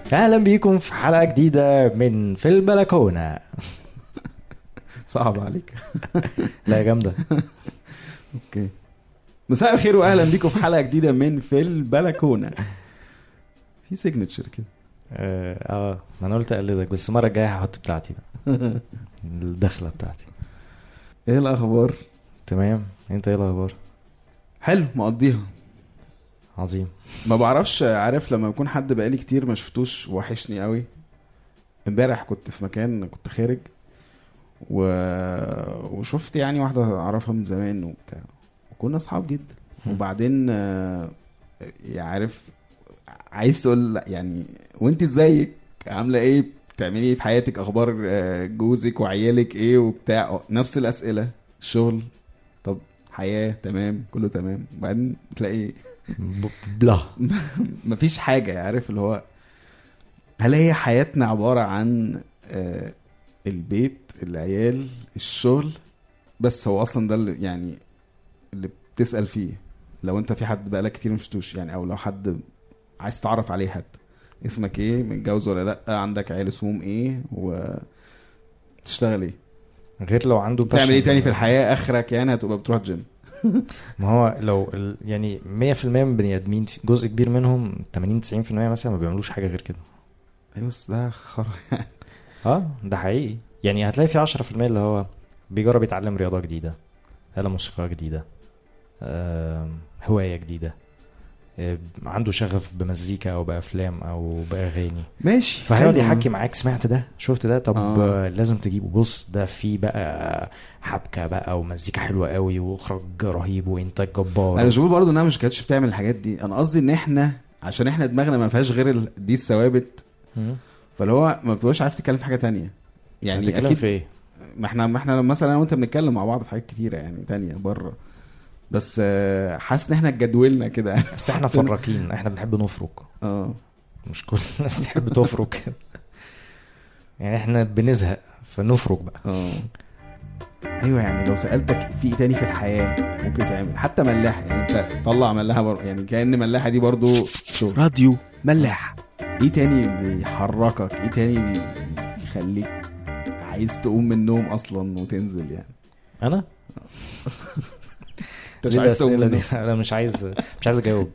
اهلا بيكم في حلقه جديده من في البلكونه. صعب عليك. لا جامده. اوكي، مساء الخير واهلا بيكم في حلقه جديده من في البلكونه. في سيجنتشر كده. ما انا قلت اقلدك، بس المره الجايه هحط بتاعتي بقى. الدخله بتاعتي. ايه الاخبار؟ تمام، انت ايه الاخبار؟ حلو، مقضيها. عظيم. ما بعرفش، عارف لما يكون حد بقالي كتير ما شفتوش وحشني قوي. امبارح كنت في مكان، كنت خارج وشفت يعني واحده اعرفها من زمان وبتاع، وكنا اصحاب جدا. وبعدين عارف، عايز تقول يعني وانت ازيك، عامله ايه، بتعملي ايه في حياتك، اخبار جوزك وعيالك ايه وبتاع، نفس الاسئله. الشغل، طب حياه تمام، كله تمام. وبعدين تلاقي بلا مفيش حاجه. عارف اللي هو، هل هي حياتنا عباره عن البيت، العيال، الشغل بس؟ هو اصلا ده اللي يعني اللي بتسأل فيه. لو انت في حد بقالك كتير مشفتوش يعني، او لو حد عايز تعرف عليه، حد اسمك ايه، متجوز ولا لا، عندك عيال اسمهم ايه، وتشتغل ايه، غير لو عنده بتعمل ايه passion. تاني في الحياة. اخرك يعني هتبقى بتروح جيم. ما هو لو يعني 100% من بني ادمين، جزء كبير منهم 80-90% مثلا ما بيعملوش حاجه غير كده. ايوه بس ده خرا يعني. ده حقيقي. يعني هتلاقي في 10% اللي هو بيجرب يتعلم رياضه جديده، آلة موسيقى جديده، هوايه جديده، عنده شغف بمزيكا او بافلام او باغاني، ماشي، فهيقعد يحكي معاك. سمعت ده، شفت ده، طب لازم تجيبه. بص ده فيه بقى حبكه بقى ومزيكا حلوه قوي واخراج رهيب وانتاج جبار. انا مش بقول برضه انها مش كانتش بتعمل الحاجات دي، انا قصدي ان احنا عشان احنا دماغنا ما فيهاش غير دي الثوابت، فاللي هو ما بتبقاش عارف تتكلم في حاجه تانية. يعني اكيد في ايه؟ ما احنا مثلا انا وانت بنتكلم مع بعض في حاجات كتيره يعني تانية بره، بس حاسس ان احنا اتجدولنا كده. بس احنا فراكين، احنا بنحب نفرك. مش كل الناس تحب تفرك. يعني احنا بنزهق فنفرك بقى. ايوه، يعني لو سالتك في ايه تاني في الحياه ممكن تعمل، حتى ملاحه يعني، انت طلع ملاحه يعني كأن ملاحه دي برضو راديو ملاح. ايه تاني بيحركك، ايه تاني بيخليك عايز تقوم من النوم اصلا وتنزل يعني؟ انا انت مش عايز تقوم من النوم؟ انا مش عايز اجاوب.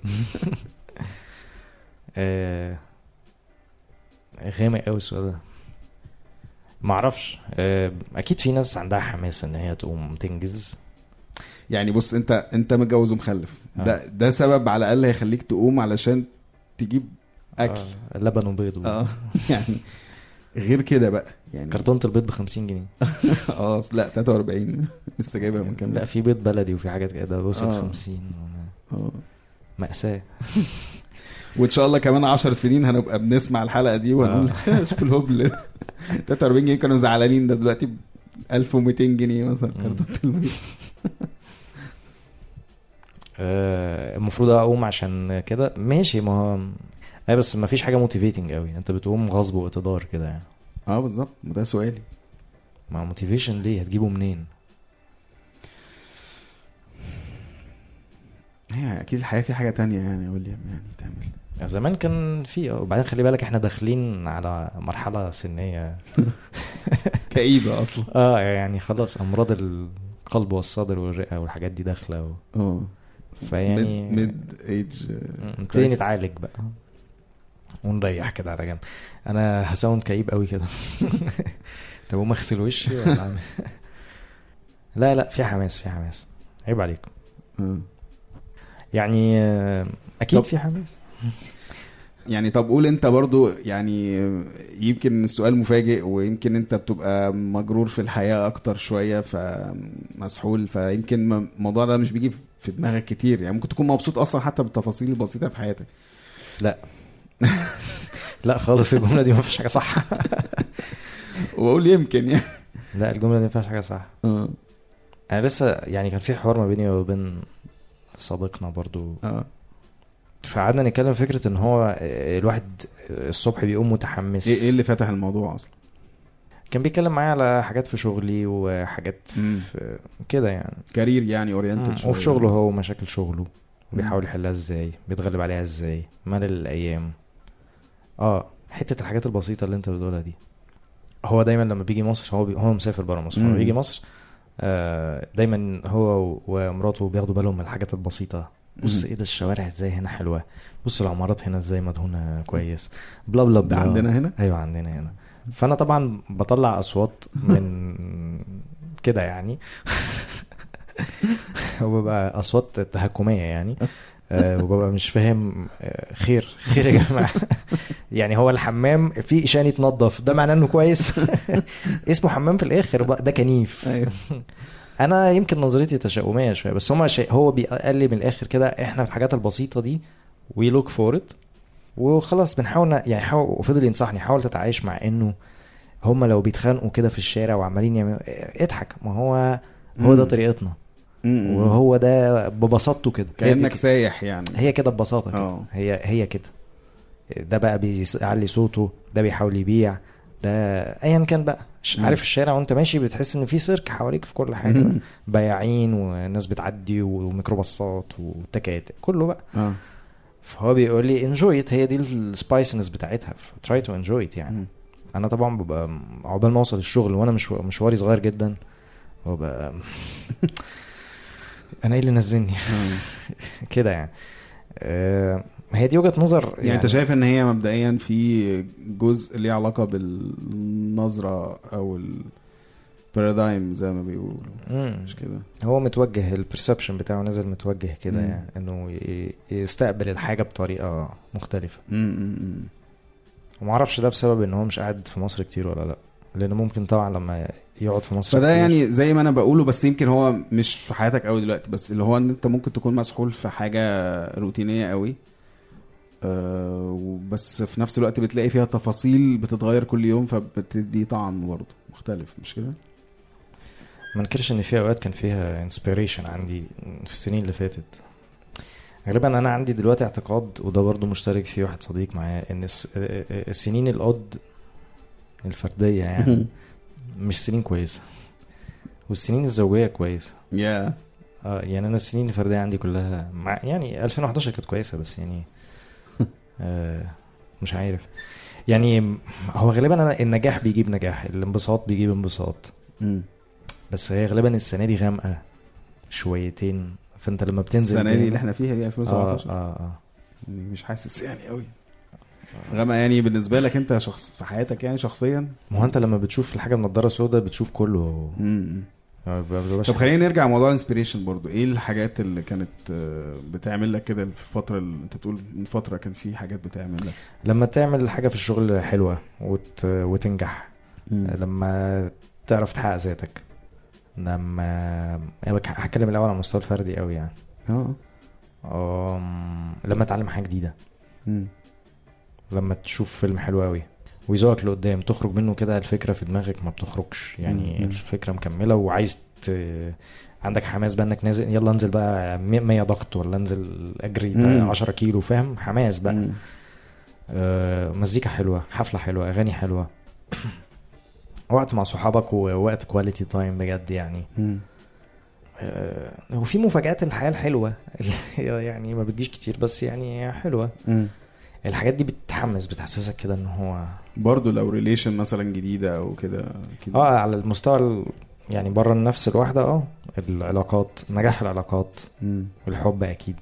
غامق قوي السؤال ده. معرفش. اكيد في ناس عندها حماس ان هي تقوم تنجز. يعني بص، انت متجوز ومخلف، ده سبب على الاقل هيخليك تقوم علشان تجيب اكل، لبن وبيض. يعني غير كده بقى يعني كرتونة البيض ب50 جنيه. لا 43 لسه جايبها من كام. لا في بيض بلدي وفي حاجات كده وصل 50. مأساة. وان شاء الله كمان 10 سنين هنبقى بنسمع الحلقة دي وهنقول شوف الهبل. 43 جنيه كانوا زعلانين، ده دلوقتي 1200 جنيه مثلا كرتونة البيض. المفروض اقوم عشان كده ماشي. ما هو بس ما فيش حاجه موتيفيتنج قوي، انت بتقوم غصب واقتدار كده يعني. بالظبط، ده سؤالي. ما موتيفيشن ليه؟ هتجيبه منين؟ هي اكيد الحياه في حاجه تانية يعني، اقول يعني تعمل يعني زمان كان في وبعدين خلي بالك احنا داخلين على مرحله سنيه كئيبه اصلا. يعني خلاص امراض القلب والصدر والرئه والحاجات دي داخله فيعني ميد ايج نبتدي نتعالج بقى ونريح كده على جنب. انا هساوند كئيب قوي كده. طب اقوم اغسل وشي ولا لا في حماس، عيب عليكم. يعني اكيد في حماس يعني. طب قول انت برضو يعني، يمكن السؤال مفاجئ ويمكن انت بتبقى مجرور في الحياة اكتر شوية فمسحول، فيمكن الموضوع ده مش بيجي في دماغك كتير يعني. ممكن تكون مبسوط اصلا حتى بالتفاصيل البسيطة في حياتك. لا لا خالص، الجملة دي ما فيهاش حاجة صح. وبقول يمكن يعني لا الجملة دي ما فيهاش حاجة صح. انا لسه يعني كان في حوار ما بيني وبين صديقنا برضو. فقعدنا نتكلم فكرة ان هو الواحد الصبح بيقوم متحمس. ايه اللي فتح الموضوع اصلا؟ كان بيتكلم معايا على حاجات في شغلي وحاجات في كده يعني كارير يعني اورينتد، وفي شغله هو مشاكل شغله وبيحاول يحلها ازاي، بيتغلب عليها ازاي، مال الايام. حته الحاجات البسيطه اللي انت بتقولها دي. هو دايما لما بيجي مصر هو مسافر بره مصر، هو بيجي مصر دايما هو ومراته بياخدوا بالهم من الحاجات البسيطه. بص ايه ده الشوارع ازاي هنا حلوه، بص العمارات هنا ازاي مدهونه كويس، بلا بلا بلا. ده عندنا هنا؟ ايوه عندنا هنا. فانا طبعا بطلع اصوات من كده يعني وببقى اصوات تهكميه يعني وببقى مش فاهم خير يا جماعه يعني هو الحمام فيه إشان يتنظف ده معناه انه كويس؟ اسمه حمام في الاخر بقى ده كنيف. انا يمكن نظريتي تشاؤميه شويه، بس هو بيقال لي من الاخر كده احنا في الحاجات البسيطه دي وي لوك فور ات وخلاص بنحاول يعني وفضل ينصحني حاول تتعايش مع انه هم لو بيتخانقوا كده في الشارع وعمالين يعملوا اضحك، ما هو ده طريقتنا وهو ده ببساطته كده كأنك سايح يعني. هي كده ببساطه كده. هي كده. ده بقى بيعلي صوته، ده بيحاول يبيع، ده ايا كان بقى. عارف الشارع وانت ماشي بتحس ان في سيرك حواليك في كل حاجه بياعين وناس بتعدي وميكروباصات وتكاتك كله بقى فهو بيقول لي enjoy it، هي دي السبايسنس بتاعتها، try to enjoy it يعني. انا طبعا ببقى عقبال ما اوصل الشغل وانا مشواري صغير جدا وبقى انا ايه اللي نزلني كده يعني. هي دي وجهة نظر يعني انت شايف ان هي مبدئيا في جزء ليه علاقة بالنظرة او البارادايم زي ما بيقولوا، مش كده؟ هو متوجه البرسبشن بتاعه نزل متوجه كده يعني انه يستقبل الحاجة بطريقة مختلفة. وما اعرفش ده بسبب ان هو مش قاعد في مصر كتير ولا لا، لان ممكن طبعا لما يقعد في مصر فده كتير يعني زي ما انا بقوله، بس يمكن هو مش في حياتك قوي دلوقتي، بس اللي هو ان انت ممكن تكون مسحول في حاجة روتينية قوي بس في نفس الوقت بتلاقي فيها تفاصيل بتتغير كل يوم فبتدي طعم برضه مختلف، مش كده؟ ما انكرش ان في اوقات كان فيها انسبيريشن عندي في السنين اللي فاتت. غالبا انا عندي دلوقتي اعتقاد وده برضه مشترك فيه واحد صديق معايا ان السنين القد الفرديه يعني مش سنين كويسه، والسنين الزوجيه كويسه. يعني انا السنين الفرديه عندي كلها يعني 2011 كانت كويسه بس يعني مش عارف يعني. هو غالبا النجاح بيجيب نجاح، الانبساط بيجيب انبساط بس هي غالبا السنه دي غامقه شويتين، فانت لما بتنزل السنه دي اللي احنا فيها دي 2017 مش حاسس يعني قوي غامقه يعني بالنسبه لك انت شخص في حياتك يعني شخصيا. ما هو انت لما بتشوف الحاجه بنضاره سوداء بتشوف كله. طب خلينا نرجع لموضوع الانسبيريشن برضو. ايه الحاجات اللي كانت بتعمل لك كده في الفتره اللي انت تقول من فتره كان في حاجات بتعمل لك؟ لما تعمل حاجه في الشغل حلوه وتنجح، لما تعرف تحقق ذاتك، لما هتكلم الاول على المستوى الفردي قوي يعني لما تعلم حاجه جديده، لما تشوف فيلم حلو قوي ويزوقك لقدام تخرج منه كده الفكره في دماغك ما بتخرجش يعني الفكره مكمله وعايز عندك حماس بقى انك نازل يلا انزل بقى 100 ضغط ولا انزل اجري 10 كيلو فاهم، حماس بقى. مزيكا حلوه، حفله حلوه، اغاني حلوه وقت مع صحابك ووقت كواليتي تايم بجد يعني. وفي مفاجآت الحياه الحلوه يعني ما بتجيش كتير بس يعني حلوه. الحاجات دي بتحمس بتحسسك كده ان هو برضو لو ريليشن مثلا جديدة او كده على المستوى يعني بره النفس الواحدة العلاقات، نجاح العلاقات والحب اكيد.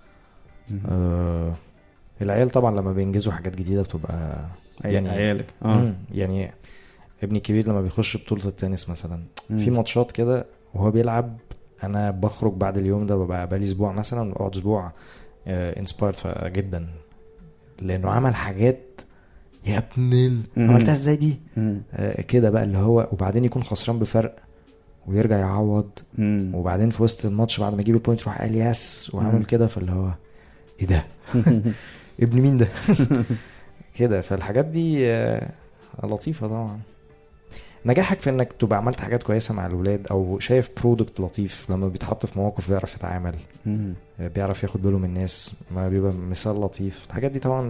العيال طبعا لما بينجزوا حاجات جديدة بتبقى يعني عيالك يعني ابني الكبير لما بيخش بطولة التنس مثلا في ماتشات كده وهو بيلعب، انا بخرج بعد اليوم ده ببقى بقالي اسبوع مثلا اقعد اسبوع انسبايرد جدا لانه عمل حاجات يا ابن عملتها ازاي دي كده بقى اللي هو، وبعدين يكون خسران بفرق ويرجع يعوض وبعدين في وسط الماتش بعد ما يجيب البوينت يروح قال ياس وعمل كده، فاللي هو ايه ده ابن مين ده كده. فالحاجات دي لطيفة طبعا. نجاحك في انك تبقى عملت حاجات كويسة مع الولاد او شايف برودكت لطيف لما بيتحط في مواقف بيعرف يتعامل بيعرف ياخد باله من الناس ما بيبقى مثال لطيف. الحاجات دي طبعا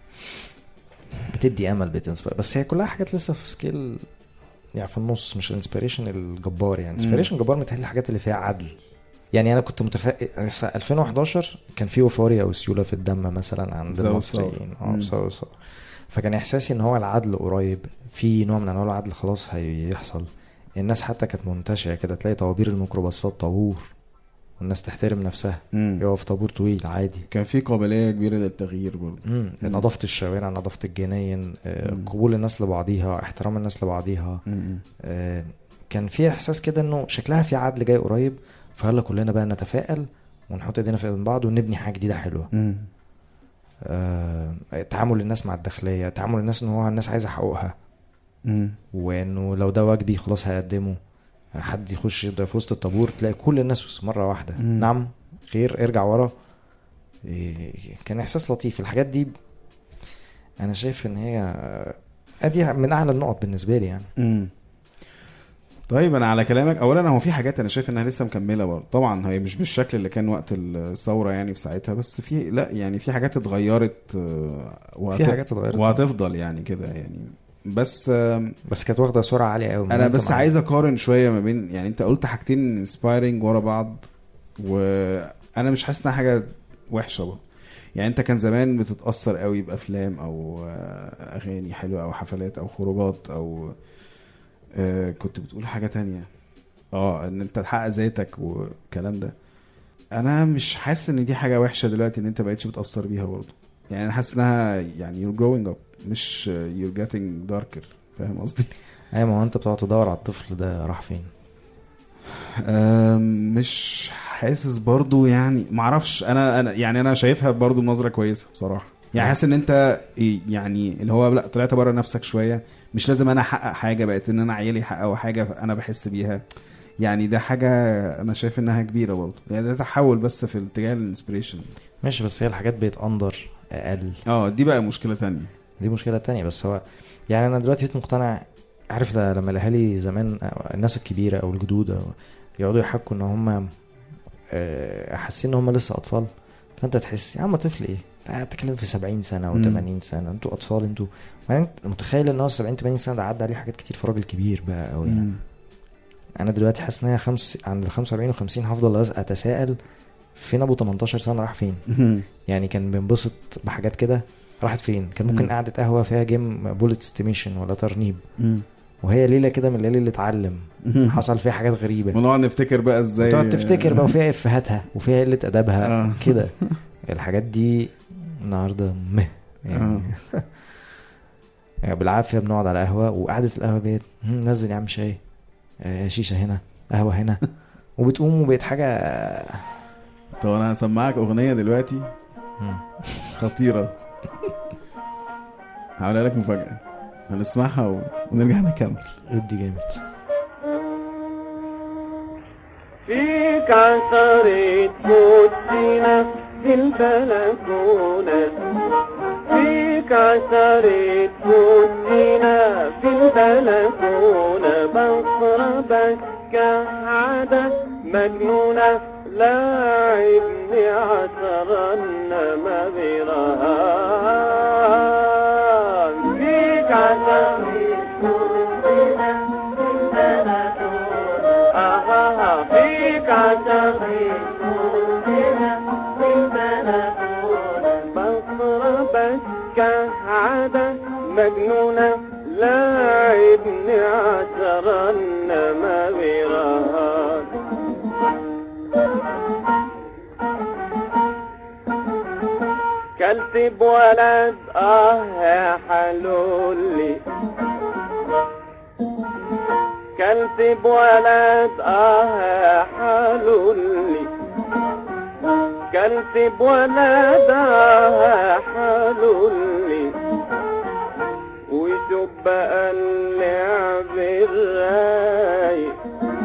بتدي امل بتنسبة، بس هي كلها حاجات لسه في سكيل يعني في النص، مش الانسبيريشن الجبار يعني. انسبيريشن جبار متهيألي الحاجات اللي فيها عدل يعني. انا كنت 2011 كان في وفوريا او سيوله في الدم مثلا عند المصريين فكان احساسي ان هو العدل قريب، في نوع من انواع العدل خلاص هيحصل. الناس حتى كانت منتشره كده، تلاقي طوابير الميكروباصات طابور والناس تحترم نفسها، يقف طابور طويل عادي. كان في قابليه كبيره للتغيير برضه. نظافه الشوارع، نظافه الجناين، قبول الناس لبعضيها، احترام الناس لبعضيها. كان في احساس كده انه شكلها في عدل جاي قريب، فيلا كلنا بقى نتفائل ونحط ايدينا في ايدين بعض ونبني حاجه جديده حلوه. تعامل الناس مع الداخليه، تعامل الناس ان هو الناس عايزه حقوقها، وانه لو ده واجبي خلاص هيقدمه. حد يخش يبدا في وسط الطابور تلاقي كل الناس مره واحده نعم خير ارجع ورا. كان احساس لطيف. الحاجات دي انا شايف ان هي ادي من اعلى النقط بالنسبه لي يعني. طيب انا على كلامك، اولا هو في حاجات انا شايف انها لسه مكمله برضه، طبعا هي مش بالشكل اللي كان وقت الثوره يعني في ساعتها، بس في لا يعني في حاجات اتغيرت في حاجات اتغيرت وهتفضل يعني كده يعني. بس كانت واخده سرعه عاليه قوي. انا بس عايز اقارن شويه ما بين يعني انت قلت حاجتين انسبايرنج ورا بعض، وانا مش حاسس انها حاجه وحشه برضه. يعني انت كان زمان بتتاثر قوي بافلام او اغاني حلوه او حفلات او خروجات او كنت بتقول حاجه تانية ان انت تحقق ذاتك والكلام ده. انا مش حاسس ان دي حاجه وحشه دلوقتي ان انت بقيتش بتاثر بيها برضه. يعني انا حاسس انها يعني you're growing up مش you're getting darker. فاهم قصدي؟ ايوه. ما هو انت بتقعد تدور على الطفل ده راح فين. مش حاسس برضو يعني معرفش. انا يعني انا شايفها برضو بنظره كويسه بصراحه. يعني حاسس ان انت يعني اللي هو لا طلعت بره نفسك شويه. مش لازم انا احقق حاجه، بقيت ان انا عيالي يحققوا حاجه انا بحس بيها. يعني ده حاجه انا شايف انها كبيره برضو. يعني ده تحول بس في الاتجاه الانسبريشن. ماشي، بس هي الحاجات بيتأندر اقل. دي بقى مشكله تانية. دي مشكله تانية. بس هو يعني انا دلوقتي مقتنع، عارف لما الاهالي زمان الناس الكبيره او الجدود يقعدوا يحكوا ان هم حاسين ان هم لسه اطفال، فانت تحس يا عم طفل ايه، انت بتتكلم في 70 سنه او 80 سنه، انتوا اطفال انتوا. وانت متخيل ان هو 70 80 سنه ده عدى عليه حاجات كتير في راجل كبير بقى قوي يعني. انا دلوقتي حاسس ان هي عند ال 45 و50 هفضل اتساءل فين ابو 18 سنه راح فين. يعني كان بينبسط بحاجات كده راحت فين. كان ممكن قعده قهوه فيها جيم بولت ستيميشن ولا ترنيب، وهي ليله كده من الليالي اللي اتعلم حصل فيها حاجات غريبه، ونقعد نفتكر بقى ازاي تقعد تفتكر بقى وفيها افهاتها وفيها قله ادبها كده. الحاجات دي النهارده يعني بالعافيه بنقعد على قهوه، وقعده القهوه بيت نزل يا عم شاي، شيشه هنا، قهوه هنا، وبتقوم وبقت حاجه. طب انا هسمعك اغنيه دلوقتي خطيره، هعملها لك مفاجاه، هنسمعها ونرجع نكمل. ادي جامد. فيك عثرت موتنا في البلكونة، فيك عثرت موتنا في البلكونة، بصربك كعادة مجنونة، لاعبني عثرنا ما برهان. فيك عثرت موتنا في البلكونة، فيك عثرت موتنا في البلكونة، بصربك كعادة مجنونة، لاعبني عثرنا ما برهان. كلت بولد يا حلولي، كلت بولد يا حلولي، كلت بولد يا حلولي، وشوف بقى اللعب الرايق،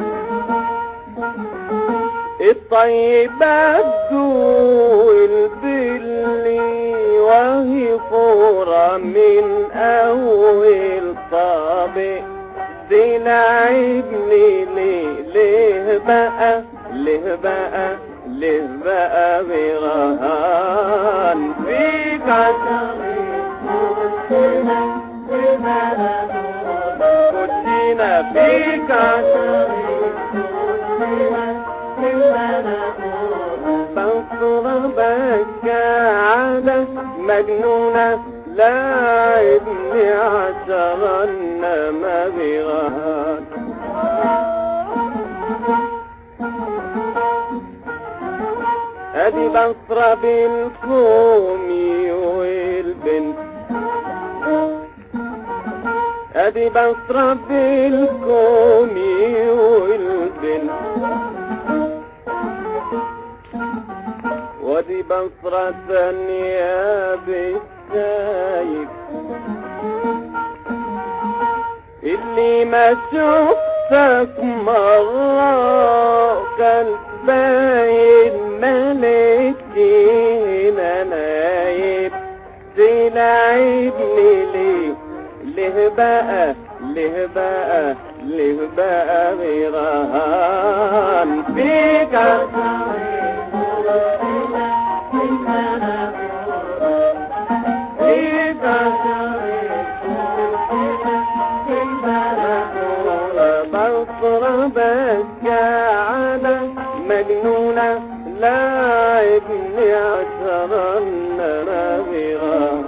الطيبات دول باللي وهي فورة من أول طابق، تلعبني ليه بقى ليه بقى ليه بقى برهان. فيك عثرت موتنا في البلكونة، كنتينا فيك عثرت موتنا في البلكونة، بصربك كعادة مجنونة، لاعبني عشرا مبغان. ادي بصرة بالكومي والبنت، ادي بصرة بالكومي والبنت، ودي بصرة ثانية بالسايب اللي ما شفتك مرة كان باين ملكتي نايب تلاعبني ليه بقى ليه بقى ليه بقى غيران فيك بصرة بكعانة مجنونة لاعبني عشرا نبغان.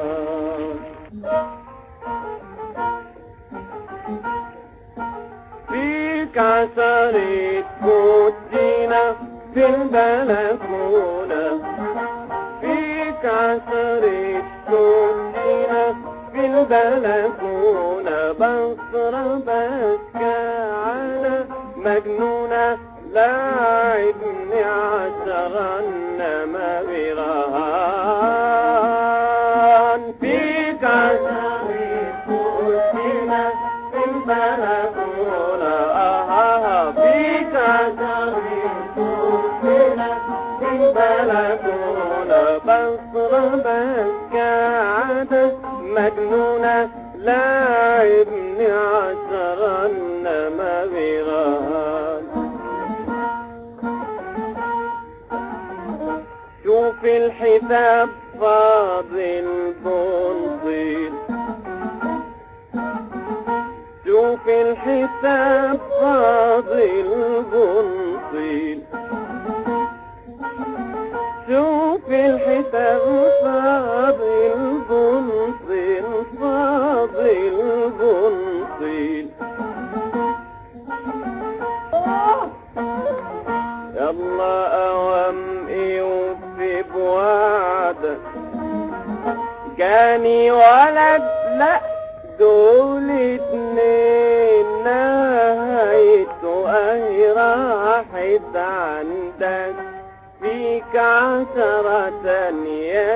فيك عشرة كوتشينة في البلكونة، فيك عشرة كوتشينة في البلكونة، بصرة بكعانة مجنونة لاعبني عشرا مبغان. فيك عشرة كوتشينة في البلكونة، فيك عشرة كوتشينة في البلكونة، بصرة بكعانة مجنونة لاعبني عشرا مبغان. شوف الحساب فاضل بنطيل، شوف الحساب فاضل بنطيل، شوف الحساب فاضل بنطيل فاضل بنطيل. يلا اوام يوفي بوعدك جاني ولد لا دول اتنين نهايته اهي راحت عندك فيك عشرة تانية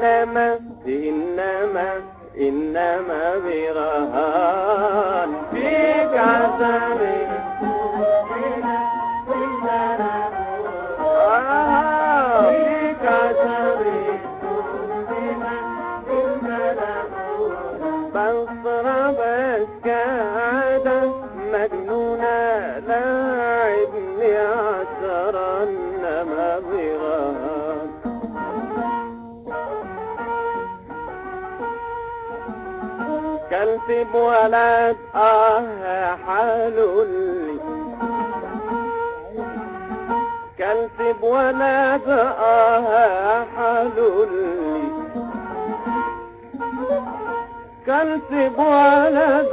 إنما برهان. فيك عشرة فيك عشرة بصرة بكعادة مجنونة لاعبني عشرا مبغان. كلت بولد حلولي، كلت بولد حلولي، كلت بولد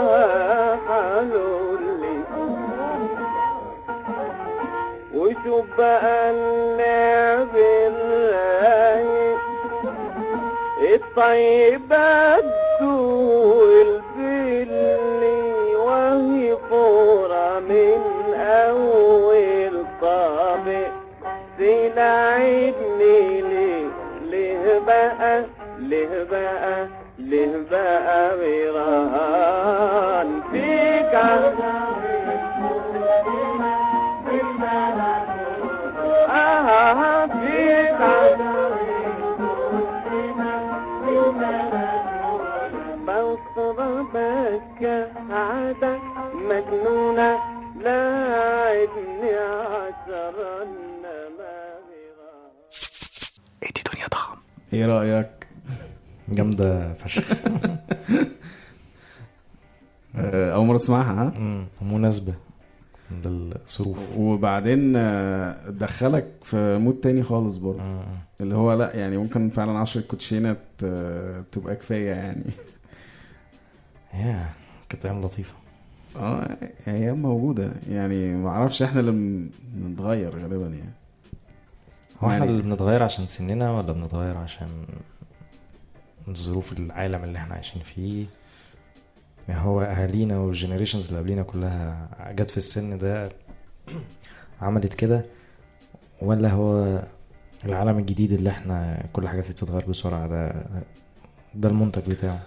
حلولي. وشوف بقى اللعب الرايق الطيبات والبلي وهي فورة من أول طابق تلاعبني ليه بقى ليه بقى ليه بقى برهان. فيك فيك بصرة بكعادة مجنونة لاعبني عشرا مبغان. ادي دنيا طعم. ايه رأيك؟ جامدة فشخ. اول مرة اسمعها. مناسبة. من الظروف. وبعدين دخلك في مود تاني خالص برضه اللي هو لا يعني ممكن فعلا 10 كوتشينات تبقى كفايه يعني. كانت ايام لطيفه. ايام موجوده يعني. ما اعرفش احنا اللي بنتغير غالبا يعني. هو احنا اللي بنتغير عشان سننا ولا بنتغير عشان ظروف العالم اللي احنا عايشين فيه؟ يعني هو اهالينا والجنريشنز اللي قبلينا كلها جت في السن ده عملت كده، ولا هو العالم الجديد اللي احنا كل حاجه فيه بتتغير بسرعه ده المنتج بتاعه؟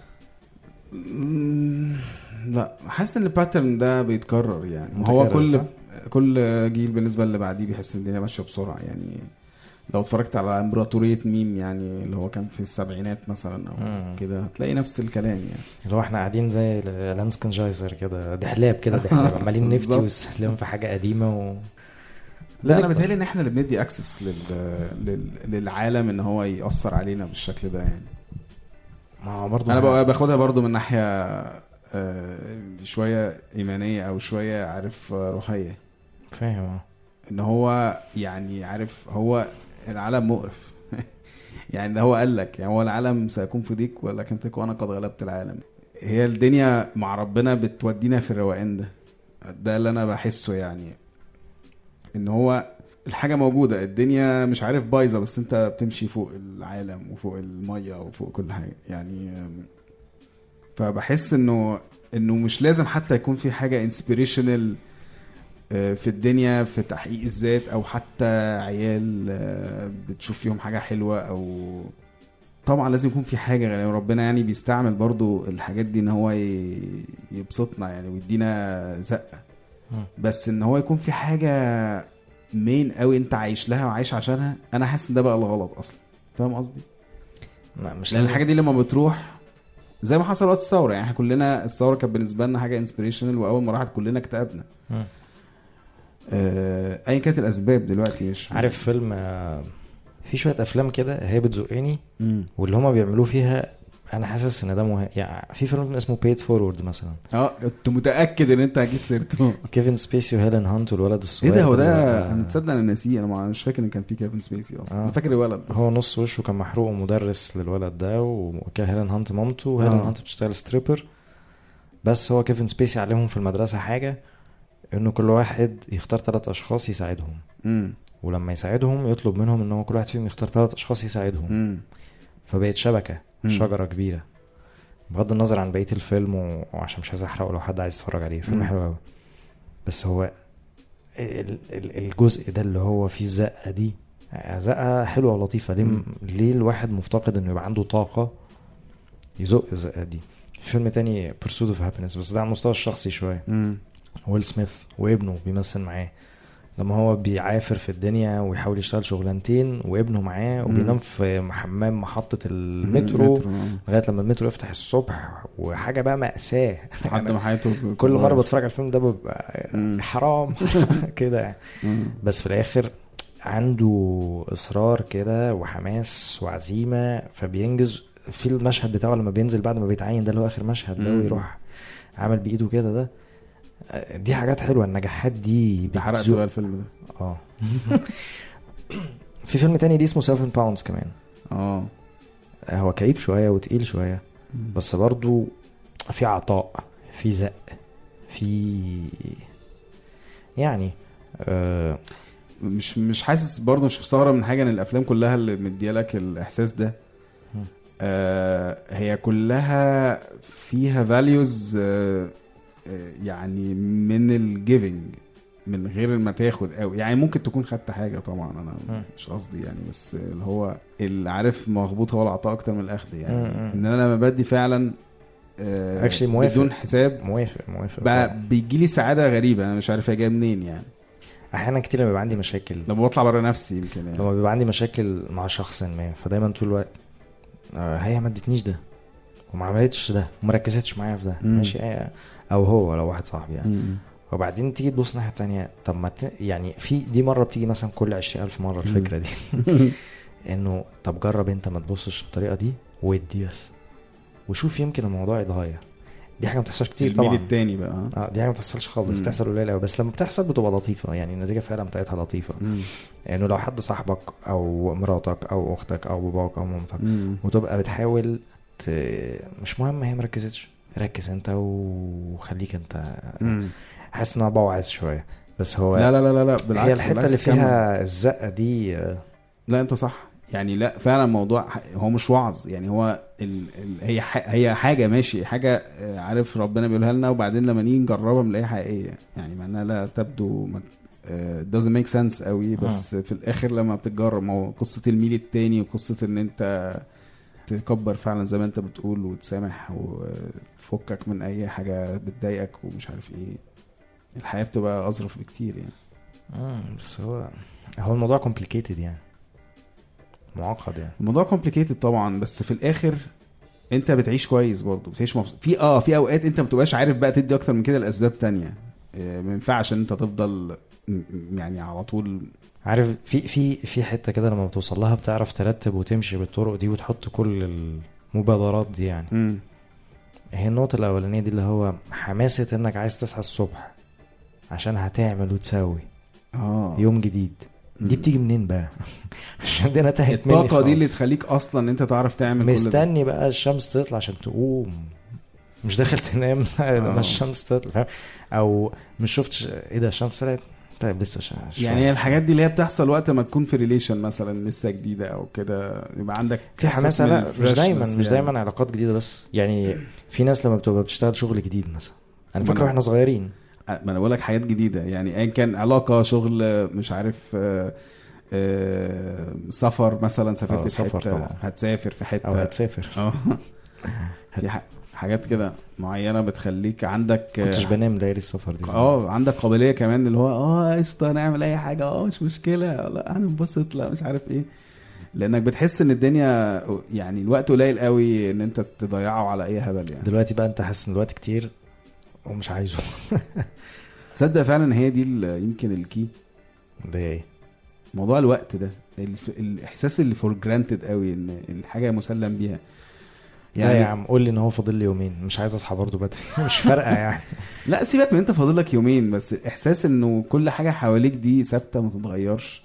لا حاسس ان الباترن ده بيتكرر يعني. هو كل جيل بالنسبه اللي بعديه بيحس ان الدنيا ماشيه بسرعه يعني. لو اتفرجت على امبراطورية ميم يعني اللي هو كان في السبعينات مثلا او كده هتلاقي نفس الكلام يعني. اللي هو احنا قاعدين زي لانسكنجايزر كده دحلاب كده دحلاب عمالين نفتي وسلم في حاجة قديمة لا انا بتهيألي ان احنا اللي بندي اكسس للعالم ان هو يأثر علينا بالشكل ده يعني. برضو انا باخدها برضو من ناحية شوية ايمانية او شوية عارف روحية. فاهم ان هو يعني عارف هو العالم مقرف يعني هو قال لك يعني هو العالم سيكون في ضيق ولكن تكون قد غلبت العالم. هي الدنيا مع ربنا بتودينا في الروقان ده اللي انا بحسه يعني. ان هو الحاجة موجودة الدنيا مش عارف بايظة بس انت بتمشي فوق العالم وفوق المية وفوق كل حاجة يعني. فبحس انه مش لازم حتى يكون في حاجة انسبيريشنال في الدنيا في تحقيق الذات او حتى عيال بتشوف فيهم حاجة حلوة او طبعا لازم يكون في حاجة يعني. ربنا يعني بيستعمل برضو الحاجات دي ان هو يبسطنا يعني ويدينا زقة. بس ان هو يكون في حاجة مين قوي انت عايش لها وعايش عشانها. انا حاسس ان ده بقى الغلط اصلا. فاهم قصدي؟ مش لان الحاجة دي لما بتروح زي ما حصل وقت الثورة يعني. احنا كلنا الثورة كانت بالنسبة لنا حاجة انسبيريشنال واول ما راحت كلنا اكتئبنا. اي كانت الاسباب دلوقتي مش عارف. فيلم في شويه افلام كده هي بتزقني واللي هما بيعملوه فيها انا حاسس ان ده يعني في فيلم اسمه بيت فورورد مثلا. كنت متاكد ان انت هتجيب سيرته. كيفن سبيسي وهيلين هانت والولد الصغير. ايه ده؟ هو ده انا تصدق انا ناسيه. انا مش فاكر ان كان في كيفن سبيسي اصلا. انا فاكر الولد بس. هو نص وشه كان محروق ومدرس للولد ده وكان هيلين هانت مامته وهيلين هانت بتشتغل ستريبر. بس هو كيفن سبيسي عليهم في المدرسه حاجه انه كل واحد يختار 3 اشخاص يساعدهم. ولما يساعدهم يطلب منهم انه كل واحد فيهم يختار 3 اشخاص يساعدهم. فبقت شبكه شجره كبيره بغض النظر عن بقيه الفيلم. وعشان مش عايز احرقه لو حد عايز يتفرج عليه. فيلم حلو قوي. بس هو الجزء ده اللي هو فيه الزقه دي زقه حلوه ولطيفه. ليه الواحد مفتقد انه يبقى عنده طاقه يزق الزقه دي؟ في فيلم تاني Pursuit of Happiness بس ده على المستوى الشخصي شويه. ويل سميث وابنه بيمثل معاه لما هو بيعافر في الدنيا ويحاول يشتغل شغلانتين وابنه معاه وبينام في حمام محطة المترو لغاية لما المترو يفتح الصبح. وحاجة بقى مأساة لحد ما حياته. كل مرة بتفرج على الفيلم ده ببقى حرام كده يعني. بس في الآخر عنده إصرار كده وحماس وعزيمة فبينجز في المشهد بتاعه لما بينزل بعد ما بيتعين ده اللي هو آخر مشهد ده ويروح عمل بإيده كده ده. دي حاجات حلوه. النجاحات دي حرقت بقى الفيلم ده. في فيلم تاني دي اسمه 7 باوندز كمان. هو كئيب شويه وتقيل شويه بس برضو في عطاء في زق في يعني مش حاسس برضو. مش مستغرب من حاجه ان الافلام كلها اللي مديالك الاحساس ده هي كلها فيها values يعني من الجيفنج من غير ما تاخد قوي يعني. ممكن تكون خدت حاجه طبعا انا مش قصدي يعني. بس اللي هو اللي عارف مغبوط هو العطاء اكتر من الاخذ يعني. ان انا لما بدي فعلا بدون حساب موافق بيجي لي سعاده غريبه انا مش عارف هي جايه منين يعني. احيانا كتير بيبقى عندي مشاكل لما بطلع بره نفسي يمكن يعني. لما بيبقى عندي مشاكل مع شخص ما فدايما طول الوقت هي ما ادتنيش ده وما عملتش ده وما ركزتش معايا في ده ماشي او هو لو واحد صاحبي يعني. وبعدين تيجي تبص ناحية تانية. طب ما يعني في دي مرة بتيجي مثلا كل 20,000 مرة الفكرة دي انه طب جرب انت ما تبصش بالطريقة دي ودي بس وشوف يمكن الموضوع يتغير. دي حاجه ما بتحصلش كتير الميل طبعا. التاني بقى دي حاجه ما بتحصلش خالص، بتحصل قليل قوي، بس لما بتحصل بتبقى لطيفه، يعني النتيجه فعلا بتاعتها لطيفه. يعني لو حد صاحبك او مراتك او اختك او باباك او مامتك وتبقى بتحاول مش مهم هي مركزتش، ركز انت وخليك انت. حاسس ان انا بوعظ شويه، بس هو لا لا لا لا بالعكس، هي الحته اللي فيها الزقه دي. لا انت صح يعني. لا فعلا موضوع هو مش وعظ يعني، هو هي حاجه ماشي، حاجه عارف ربنا بيقولها لنا، وبعدين لما نيجي نجربها بنلاقيها حقيقيه يعني، مع انها لا تبدو doesn't make sense قوي، بس في الاخر لما بتجرب. ما هو قصه الميل التاني وقصه ان انت تكبر فعلا زي ما انت بتقول وتسامح وتفكك من اي حاجه بتضايقك ومش عارف ايه، الحياه بتبقى اظرف بكتير يعني. بس هو الموضوع complicated يعني، معقد يعني. الموضوع complicated طبعا، بس في الاخر انت بتعيش كويس برضو، بتعيش مبسوط في اوقات انت ما بتبقاش عارف بقى تدي اكتر من كده لاسباب تانية. ما ينفعش ان انت تفضل يعني على طول عارف في حته كده لما بتوصل لها بتعرف ترتب وتمشي بالطرق دي وتحط كل المبادرات دي يعني. هي النقطه الاولانيه دي اللي هو حماسه انك عايز تصحى الصبح عشان هتعمل وتسوي يوم جديد. دي بتيجي منين بقى؟ عشان دي نتهت مني الطاقه دي اللي تخليك اصلا انت تعرف تعمل مستني بقى الشمس تطلع عشان تقوم، مش داخل تنام لما الشمس تطلع، فاهم؟ او مش شفتش ايه ده الشمس طلعت، طيب لسه يعني الحاجات دي اللي هي بتحصل وقت ما تكون في ريليشن مثلا لسه جديده او كده، يبقى عندك في حماسه. لا مش دايما علاقات جديده بس يعني، في ناس لما بتبقى بتشتغل شغل جديد مثلا، انا فاكر واحنا صغيرين، ما انا بقول لك حاجات جديده يعني، ايا كان علاقه شغل مش عارف سفر مثلا، سافرت في حته طبعا. هتسافر في حته او هتسافر في حاجات كده معينه بتخليك عندك كنتش بنام ليالي السفر دي. عندك قابليه كمان اللي هو قشطه نعمل اي حاجه، مش مشكله، لا هننبسط، لا مش عارف ايه، لانك بتحس ان الدنيا يعني الوقت قليل قوي ان انت تضيعه على اي هبل يعني. دلوقتي بقى انت حاسس ان الوقت كتير ومش عايزه. تصدق فعلا هي دي يمكن الكي ده ايه موضوع الوقت ده، الاحساس اللي فور جرانتد قوي ان الحاجه مسلم بيها يعني. يا عم قول لي ان هو فاضل لي يومين، مش عايز اصحى برضو بدري. مش فارقه يعني. لا سيبك من انت فاضل لك يومين، بس احساس انه كل حاجه حواليك دي ثابته ما تتغيرش،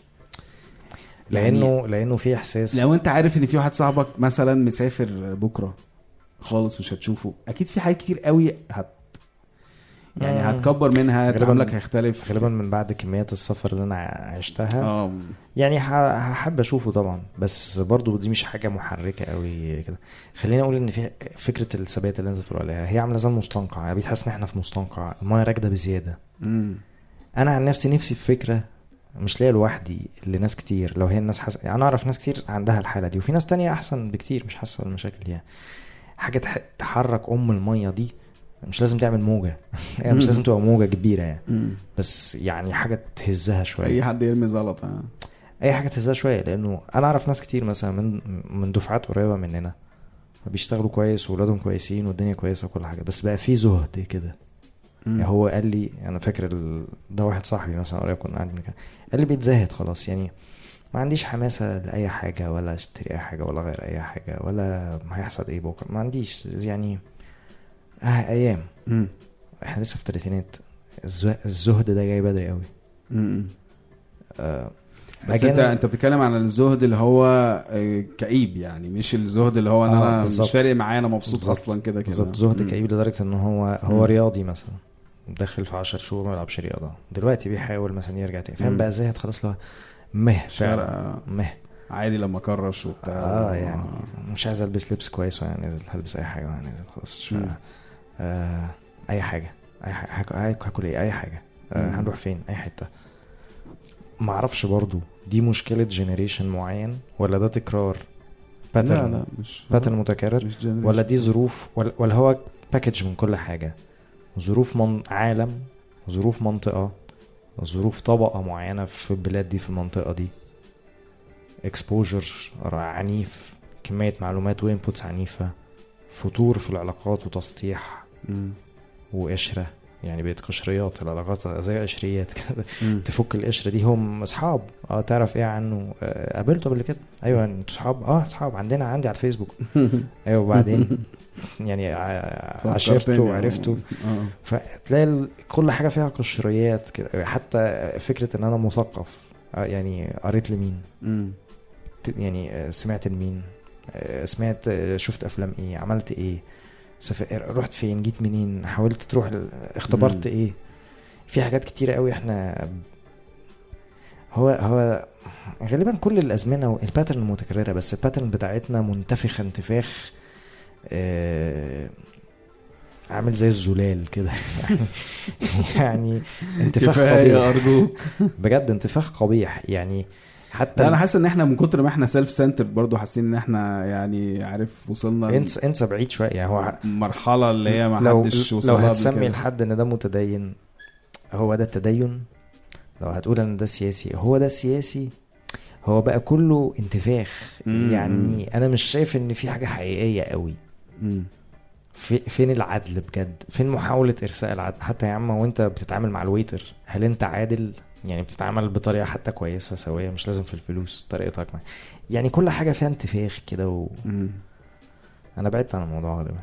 لانه في احساس. لو انت عارف ان في واحد صاحبك مثلا مسافر بكره خالص مش هتشوفه، اكيد في حاجات كتير قوي يعني هتكبر منها، تعاملك هيختلف غالبا من بعد كميات السفر اللي انا عشتها. يعني هحب اشوفه طبعا، بس برضو دي مش حاجه محركه قوي كده. خلينا اقول ان في فكره الثبات اللي انت بتقول عليها، هي عامله زي المستنقع يعني، بيتحس ان احنا في مستنقع الميه راكده بزياده. انا عن نفسي في فكره مش ليا لوحدي، لناس كتير، لو هي الناس انا اعرف ناس كتير عندها الحاله دي، وفي ناس تانية احسن بكتير مش حاسه المشاكل دي يعني. حاجه تحرك الميه دي، مش لازم تعمل موجة يعني، مش لازم تبقى موجة كبيرة يعني، بس يعني حاجة تهزها شوية. اي حد يرمي زلط اي حاجة تهزها شوية، لانه انا اعرف ناس كتير مثلا من دفعات قريبة مننا بيشتغلوا كويس وولادهم كويسين والدنيا كويسة وكل حاجة، بس بقى في زهد كده يعني. هو قال لي، انا فاكر ده واحد صاحبي مثلا قريب كنا قاعدين كده، قال لي بيتزهد خلاص يعني، ما عنديش حماسة لأي حاجة، ولا اشتري اي حاجة، ولا غير اي حاجة، ولا هيحصل ايه بكرة، ما عنديش يعني. ايام احنا لسه في الثلاثينات، الزهد ده جاي بدري قوي. بس انت بتتكلم عن الزهد اللي هو كئيب يعني، مش الزهد اللي هو انا مش فارق معايا، انا مبسوط اصلا كده بالظبط. زهد كئيب لدرجه ان هو رياضي مثلا داخل في 10 شهور ما يلعبش رياضه، دلوقتي بيحاول مثلا يرجع تاني، فاهم بقى زهد خلاص، له فعلا عادي لما كرش وبتاع يعني مش عايز البس لبس كويس وانا نازل، هلبس اي حاجه وانا نازل خلاص. اي حاجه هاكل ايه، اي حاجه هنروح فين، اي حته. ما اعرفش برضو دي مشكله جينيريشن معين، ولا ده تكرار باترن؟ لا مش باترن متكرر، ولا دي ظروف، ولا هو باكج من كل حاجه، ظروف عالم، ظروف منطقه، ظروف طبقه معينه في البلاد دي، في المنطقه دي، اكسبوجر عنيف، كميه معلومات وانبوتس عنيفه، فتور في العلاقات وتسطيح وقشره يعني بقت قشريات، العلاقات زي قشريات كده. تفك القشره دي، هم اصحاب تعرف ايه عنه؟ قابلته قبل كده؟ ايوه انتوا اصحاب. اصحاب عندي على الفيسبوك. ايوه وبعدين يعني عشرته وعرفته. فتلاقي كل حاجه فيها قشريات كده. حتى فكره ان انا مثقف، يعني قريت لمين، يعني سمعت لمين، سمعت شفت افلام ايه، عملت ايه، رحت فين، جيت منين، حاولت تروح اختبرت ايه. في حاجات كتيرة قوي احنا هو غالبا كل الازمنه الباترن متكرره، بس الباترن بتاعتنا منتفخه انتفاخ عامل زي الزلال كده. يعني انتفاخ قبيح ارجوك بجد، انتفاخ قبيح يعني. حتى انا حاسس ان احنا من كتر ما احنا سيلف سنتر برضو حاسين ان احنا يعني عارف وصلنا انسى بعيد شويه يعني. هو مرحله اللي هي ما حدش وصلها. لو هتسمي لحد ان ده متدين، هو ده التدين. لو هتقول ان ده سياسي، هو ده السياسي. هو بقى كله انتفاخ. يعني انا مش شايف ان في حاجه حقيقيه قوي. فين العدل بجد؟ فين محاوله ارساء العدل؟ حتى يا عم وانت بتتعامل مع الويتر، هل انت عادل؟ يعني بتتعامل بطريقه حتى كويسه سويه، مش لازم في الفلوس طريقتك يعني كل حاجه فيها انتفاخ كده انا بعدت عن الموضوع غالبا.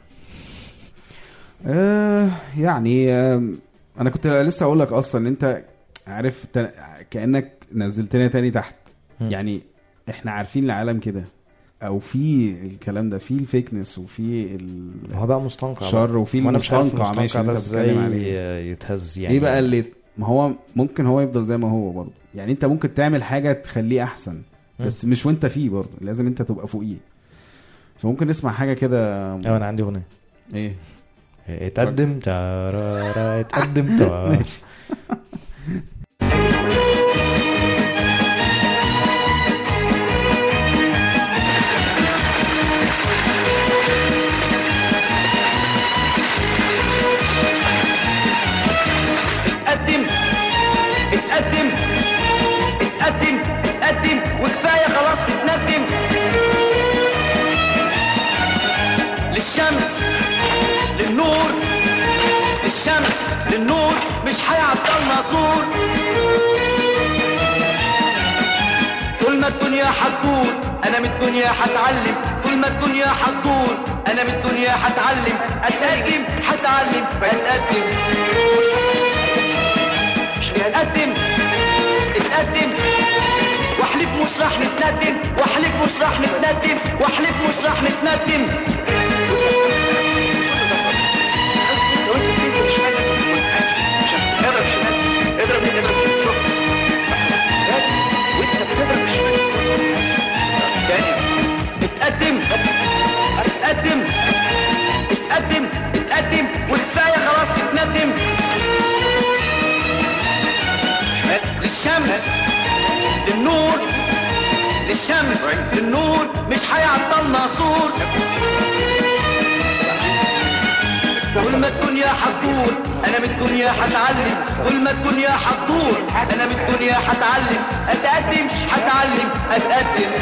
يعني انا كنت لسه اقول لك اصلا انت عارف كانك نزلتنا تاني تحت. يعني احنا عارفين العالم كده، او في الكلام ده، في الفيكنس وفي هو بقى مستنقع شر، وفي المستنقع ماشي انت بتتكلم عليه يتهز يعني. ايه بقى اللي ما هو ممكن هو يفضل زي ما هو برضه. يعني انت ممكن تعمل حاجه تخليه احسن، بس مش وانت فيه برضه، لازم انت تبقى فوقيه. فممكن نسمع حاجه كده. انا عندي اغنيه ايه اتقدم تارارا اتقدم تارارا. ماشي. اتقدم وكفاية خلاص تتندم. للشمس للنور، للشمس للنور، مش هيعطلنا زور. طول ما الدنيا هتدور انا من الدنيا هتعلم. طول ما الدنيا هتدور انا من الدنيا هتعلم. اتقدم هتعلم اتقدم. اتقدم اتقدم واحلف مش راح نتندم. واحلف مش راح نتندم. واحلف مش راح نتندم. اضرب شوف وانت بتضرب الشمال تاني. اتقدم اتقدم اتقدم اتقدم وكفايه خلاص تتندم. للشمس للنور، للشمس للنور، مش هيعطلنا سور. طول ما الدنيا هتدور انا من الدنيا هتعلم. طول ما الدنيا هتدور انا من الدنيا هتعلم. اتقدم هتعلم اتقدم.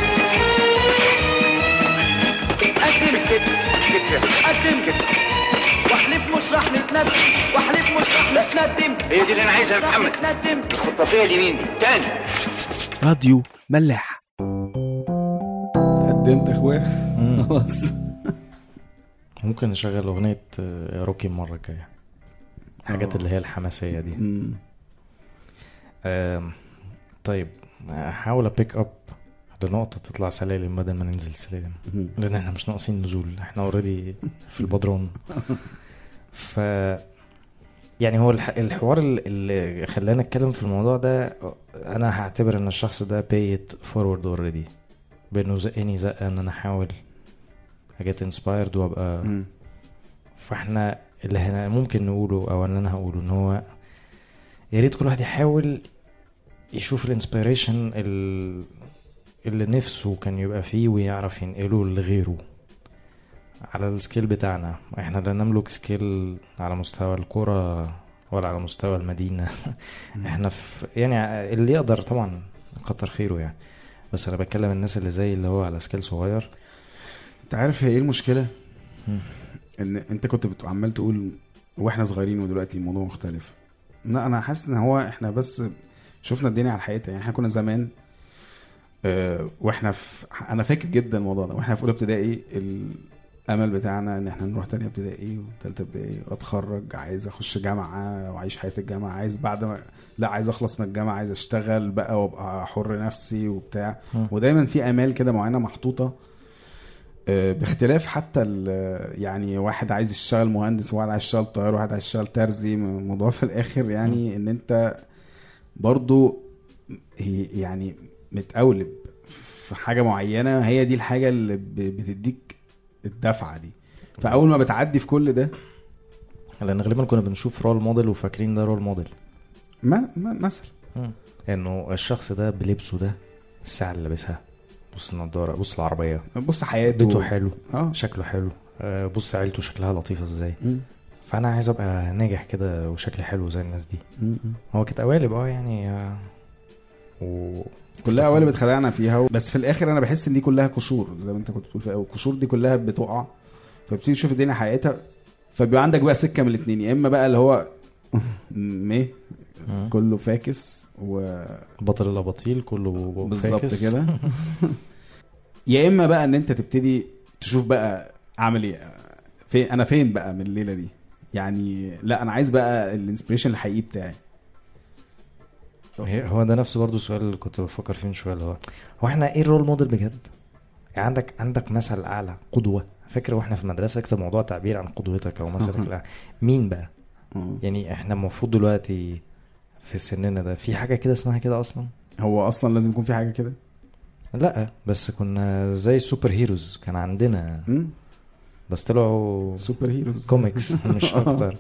اتقدم واحلف مش راح نتندم. واحلف مش راح نتندم. هي دي اللي انا عايزها يا محمد. الخطافيه اليمين دي تاني. راديو ملاح. قدمت اخويا خلاص. ممكن نشغل اغنيه روكي المره الجايه، حاجات اللي هي الحماسيه دي. طيب احاول ابيك اب لنقطه تطلع سلالم بدل ما ننزل سلالم، لان احنا مش ناقصين نزول، احنا اوريدي في البدرون. ف يعني هو الحوار اللي خلانا نتكلم في الموضوع ده، انا هعتبر ان الشخص ده بايت فورورد اوريدي، بانه زقني زقه ان انا احاول اجيت انسبايرد وابقى. فاحنا اللي هنا ممكن نقوله او ان انا هقوله ان هو يا ريت كل واحد يحاول يشوف الانسبيريشن اللي نفسه كان يبقى فيه ويعرف ينقله لغيره على السكيل بتاعنا. احنا لا نملك سكيل على مستوى القرى ولا على مستوى المدينة. احنا في يعني اللي يقدر طبعا كتر خيره يعني، بس انا بتكلم الناس اللي زي اللي هو على سكيل صغير. انت عارف هي ايه المشكلة؟ ان انت كنت عمال تقول واحنا صغيرين ودلوقتي الموضوع مختلف. لا انا حاسس ان هو احنا بس شفنا الدنيا على حقيقتها. يعني احنا كنا زمان واحنا انا فاكر جدا الموضوع ده واحنا في اولى ابتدائي، الامل بتاعنا ان احنا نروح تانية ابتدائي وثالثه ابتدائي واتخرج، عايز اخش جامعه واعيش حياه الجامعه، عايز بعد ما لا عايز اخلص من الجامعه عايز اشتغل بقى وابقى حر نفسي وبتاع. ودايما في امال كده معينه محطوطه باختلاف حتى يعني واحد عايز يشتغل مهندس وواحد عايز يشتغل طيار وواحد عايز يشتغل ترزي. الموضوع في الاخر يعني ان انت برضو يعني متقولب في حاجه معينه، هي دي الحاجه اللي بتديك الدفعه دي. فاول ما بتعدي في كل ده، لان غالبا كنا بنشوف رول موديل وفاكرين ده رول موديل مثلا انه الشخص ده بلبسه ده، الساعه اللي لابسها، بص النضاره، بص العربيه، بص حياته، بيته حلو، شكله حلو، بص عيلته شكلها لطيفه ازاي. فانا عايز ابقى ناجح كده وشكلي حلو زي الناس دي. هو كانت قوالب يعني كلها قوالب اتخدعنا فيها. بس في الاخر انا بحس ان دي كلها قشور زي ما انت كنت بتقول في الاول. القشور دي كلها بتقع، فبتيجي تشوف الدنيا حقيقتها، فبيبقى عندك بقى سكه من الاثنين. يا اما بقى اللي هو كله فاكس بطل الاباطيل كله بالظبط كده. يا اما بقى ان انت تبتدي تشوف بقى اعمل ايه، فين انا، فين بقى من الليله دي. يعني لا انا عايز بقى الانسبريشن الحقيقي بتاعي. هو ده نفس برضو السؤال اللي كنت بفكر فيه من شويه، اللي هو احنا ايه الرول موديل بجد؟ يعني عندك مثل اعلى، قدوه. فاكر واحنا في المدرسه كتب موضوع تعبير عن قدوتك او مثلك الاعلى، مين بقى؟ يعني احنا المفروض دلوقتي في سننا ده في حاجه كده اسمها كده اصلا؟ هو اصلا لازم يكون في حاجه كده؟ لا بس كنا زي السوبر هيروز كان عندنا بس طلعوا سوبر هيروز كوميكس مش اكتر.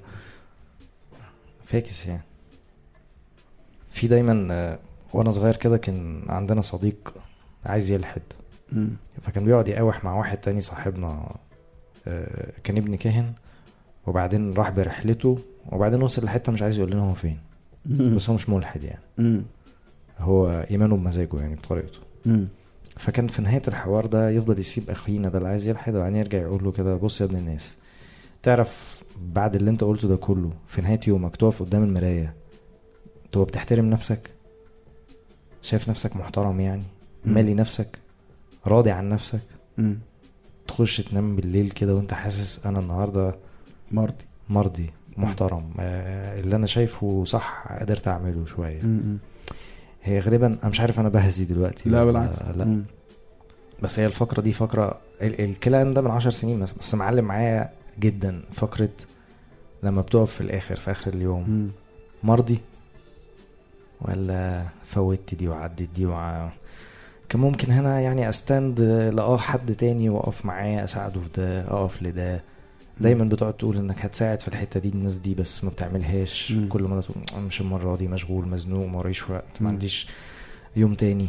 فاكس يعني. في دايما وانا صغير كده كان عندنا صديق عايز يلحد، فكان بيقعد يقاوح مع واحد تاني صاحبنا كان ابن كاهن، وبعدين راح برحلته وبعدين وصل لحته مش عايز يقول لنا هو فين، بس هو مش ملحد يعني، هو ايمانه بمزاجه يعني بطريقته. فكان في نهايه الحوار ده يفضل يسيب اخينا ده اللي عايز يلحد وبعدين يرجع يقول له كده، بص يا ابن الناس، تعرف بعد اللي انت قلته ده كله في نهايه يومك تقف قدام المرايه تبقى بتحترم نفسك، شايف نفسك محترم يعني، مالي نفسك، راضي عن نفسك، تخش تنام بالليل كده وانت حاسس انا النهارده مرضي محترم، اللي انا شايفه صح قدرت اعمله شويه. هي غالبا انا مش عارف انا بهزي دلوقتي، لا بالعكس، لا بس هي الفقره دي فقره الكلام ده من 10 سنين بس معلم معايا جدا. فقره لما بتقف في الاخر في اخر اليوم مرضي ولا فوتت دي وعدت دي كان ممكن هنا يعني استند حد تاني واقف معاه اساعده في ده، اقف لده. دايما بتقعد تقول انك هتساعد في الحته دي الناس دي بس ما بتعملهاش. كل ما تقول مش المره دي، مشغول مزنوق موريش وقت، ما عنديش يوم تاني.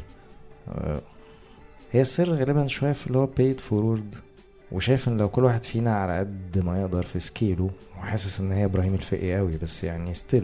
هي السر غالبا شويه في اللي هو paid forward، وشايف ان لو كل واحد فينا على قد ما يقدر في سكيله، وحاسس ان هي ابراهيم الفقي قوي بس يعني ستيل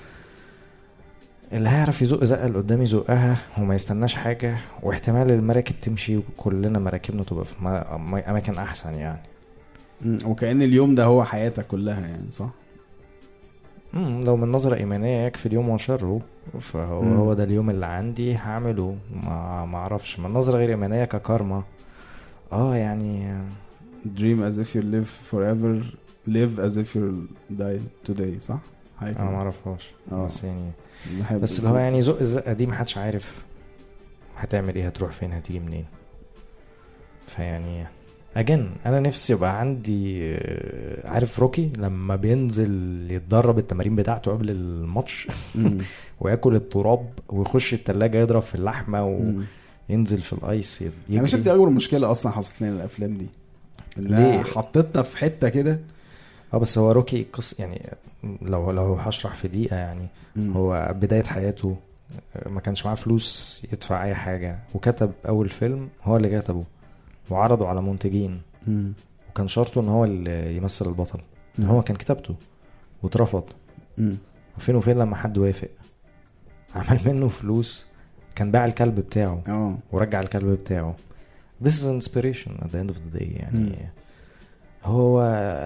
اللي هيعرف يزق زقه اللي قدامي يزقها وما يستناش حاجه، واحتمال المراكب تمشي وكلنا مراكبنا تبقى في اماكن احسن يعني. وكأن اليوم ده هو حياتك كلها يعني، صح؟ لو من نظرة إيمانية يكفي اليوم وشره، فهو ده اليوم اللي عندي هعمله. ما أعرفش من نظرة غير إيمانية ككارما يعني dream as if you live forever, live as if you die today، صح؟ أنا ما أعرفهاش بس يعني بس اللي هو يعني زق الزقة دي محدش عارف هتعمل إيه، هتروح فين، هتيجي منين. فيعني انا نفسي يبقى عندي عارف روكي لما بينزل يتدرب التمارين بتاعته قبل الماتش وياكل التراب ويخش التلاجة يضرب في اللحمة وينزل في الايس. انا شايف دي اكبر مشكلة اصلا حصلت لنا الافلام دي، اللي حطتنا في حتة كده. بس هو روكي يعني لو هشرح في دقيقة يعني هو بداية حياته ما كانش معاه فلوس يدفع اي حاجة، وكتب اول فيلم هو اللي كتبه وعرضوا على منتجين، وكان شرطه ان هو اللي يمثل البطل. هو كان كتابته واترفض، وفين وفين لما حد وافق عمل منه فلوس، كان باع الكلب بتاعه ورجع الكلب بتاعه. This is inspiration at the end of the day يعني. هو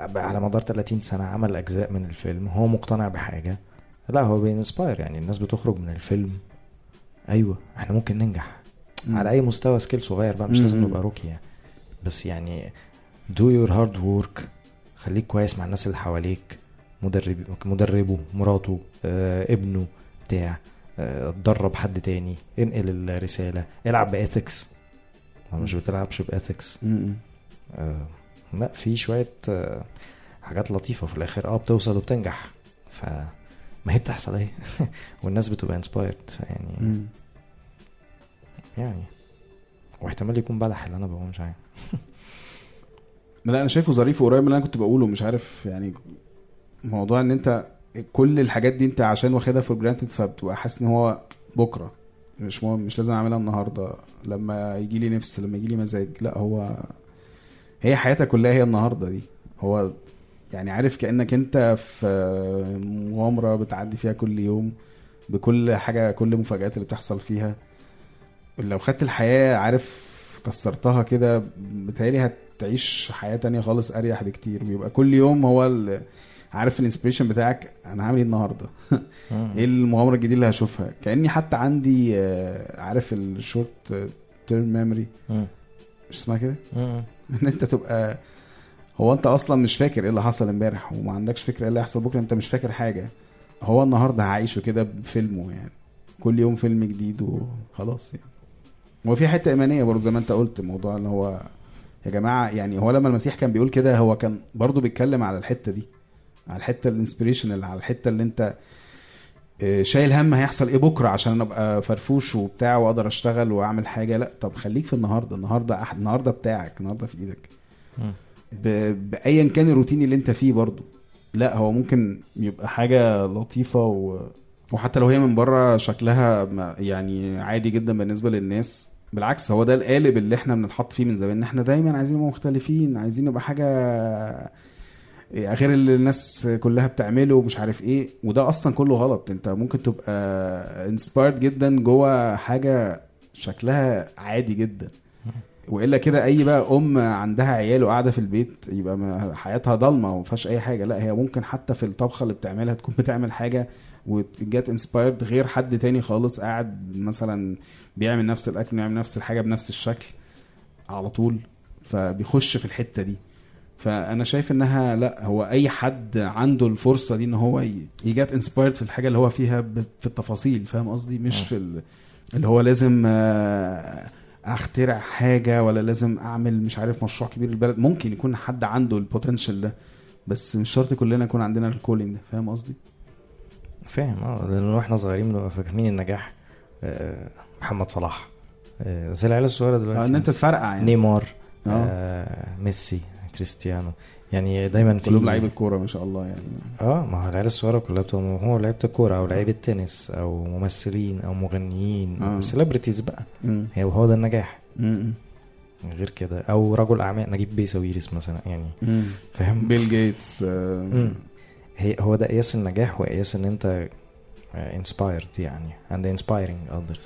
على مدار 30 سنة عمل اجزاء من الفيلم، هو مقتنع بحاجة، لا هو بينسباير. يعني الناس بتخرج من الفيلم ايوه احنا ممكن ننجح على اي مستوى، سكيل صغير بقى، مش لازم نبقى روكي يعني، بس يعني do your hard work، خليك كويس مع الناس اللي حواليك، مدربه، مراته، ابنه بتاع، اتدرب حد تاني، انقل الرسالة، العب بإثكس، مش بتلعبش بإثكس. لا في شوية حاجات لطيفة في الآخر بتوصل وبتنجح، فما هي بتحصل ايه والناس بتبقى inspired يعني واحتمال يكون بلح اللي انا بقوله مش عارف. لا انا شايفه ظريف وقريب من اللي انا كنت بقوله، مش عارف يعني موضوع ان انت كل الحاجات دي انت عشان واخدها فور جرانتد، فبتبقى حاسس ان هو بكره مش مهم، مش لازم اعملها النهارده لما يجي لي نفس، لما يجي لي مزاج. لا هي حياتك كلها هي النهارده دي. هو يعني عارف كأنك انت في مغامرة بتعدي فيها كل يوم بكل حاجة، كل مفاجآت اللي بتحصل فيها. لو خدت الحياة عارف كسرتها كده، بتهيألي هتعيش حياة تانية خالص أريح بكتير. بيبقى كل يوم هو عارف الانسبريشن بتاعك، انا هعمل ايه النهارده ايه المغامره الجديده اللي هشوفها. كأني حتى عندي عارف الشورت تيرم ميموري، مش اسمها كده، ان انت تبقى هو انت اصلا مش فاكر ايه اللي حصل امبارح، وما عندكش فكره ايه اللي هيحصل بكره، انت مش فاكر حاجه. هو النهارده هعيشه كده بفيلمه، يعني كل يوم فيلم جديد وخلاص يعني. وفي حته ايمانيه برضه زي ما انت قلت، موضوع ان هو يا جماعه يعني، هو لما المسيح كان بيقول كده هو كان برضه بيتكلم على الحته دي، على الحته الانسبيريشنال، على الحته اللي انت شايل هم هيحصل ايه بكره عشان ابقى فرفوش وبتاع واقدر اشتغل واعمل حاجه. لا طب خليك في النهارده، النهارده بتاعك، النهارده في ايدك بايا كان الروتين اللي انت فيه برضو. لا هو ممكن يبقى حاجه لطيفه وحتى لو هي من بره شكلها يعني عادي جدا بالنسبه للناس، بالعكس هو ده القالب اللي احنا بنتحط فيه من زمان، ان احنا دايما عايزين نبقى مختلفين، عايزين نبقى حاجه غير اللي الناس كلها بتعمله ومش عارف ايه. وده اصلا كله غلط. انت ممكن تبقى انسبايرد جدا جوه حاجه شكلها عادي جدا، والا كده اي بقى عندها عيال وقاعده في البيت يبقى حياتها ضلمه وما فيهاش اي حاجه. لا هي ممكن حتى في الطبخه اللي بتعملها تكون بتعمل حاجه وجات انسبايرد غير حد تاني خالص قاعد مثلا بيعمل نفس الاكل ويعمل نفس الحاجه بنفس الشكل على طول، فبيخش في الحته دي. فانا شايف انها لا، هو اي حد عنده الفرصه دي ان هو يجات انسبايرد في الحاجه اللي هو فيها في التفاصيل، فاهم قصدي؟ مش في اللي هو لازم اخترع حاجه ولا لازم اعمل مش عارف مشروع كبير البلد. ممكن يكون حد عنده البوتنشال ده، بس مش شرط كلنا يكون عندنا الكولينج ده، فاهم قصدي؟ فاهم. لان احنا صغيرين بنبقى فاكرين النجاح محمد صلاح، زي العيال الصغيره دلوقتي ان انت تفرقع يعني نيمار، ميسي، كريستيانو، يعني دايما في كلهم لعيبه الكوره ما شاء الله يعني. ما هو العيال الصغيره كلها هو لعيبه الكوره او لعيبه التنس او ممثلين او مغنيين، سيلبرتيز بقى. هو ده النجاح. غير كده او رجل اعمال، نجيب بيساويرس مثلا يعني، فاهم؟ بيل جيتس. هو ده قياس النجاح، وقياس ان انت inspired يعني and inspiring others.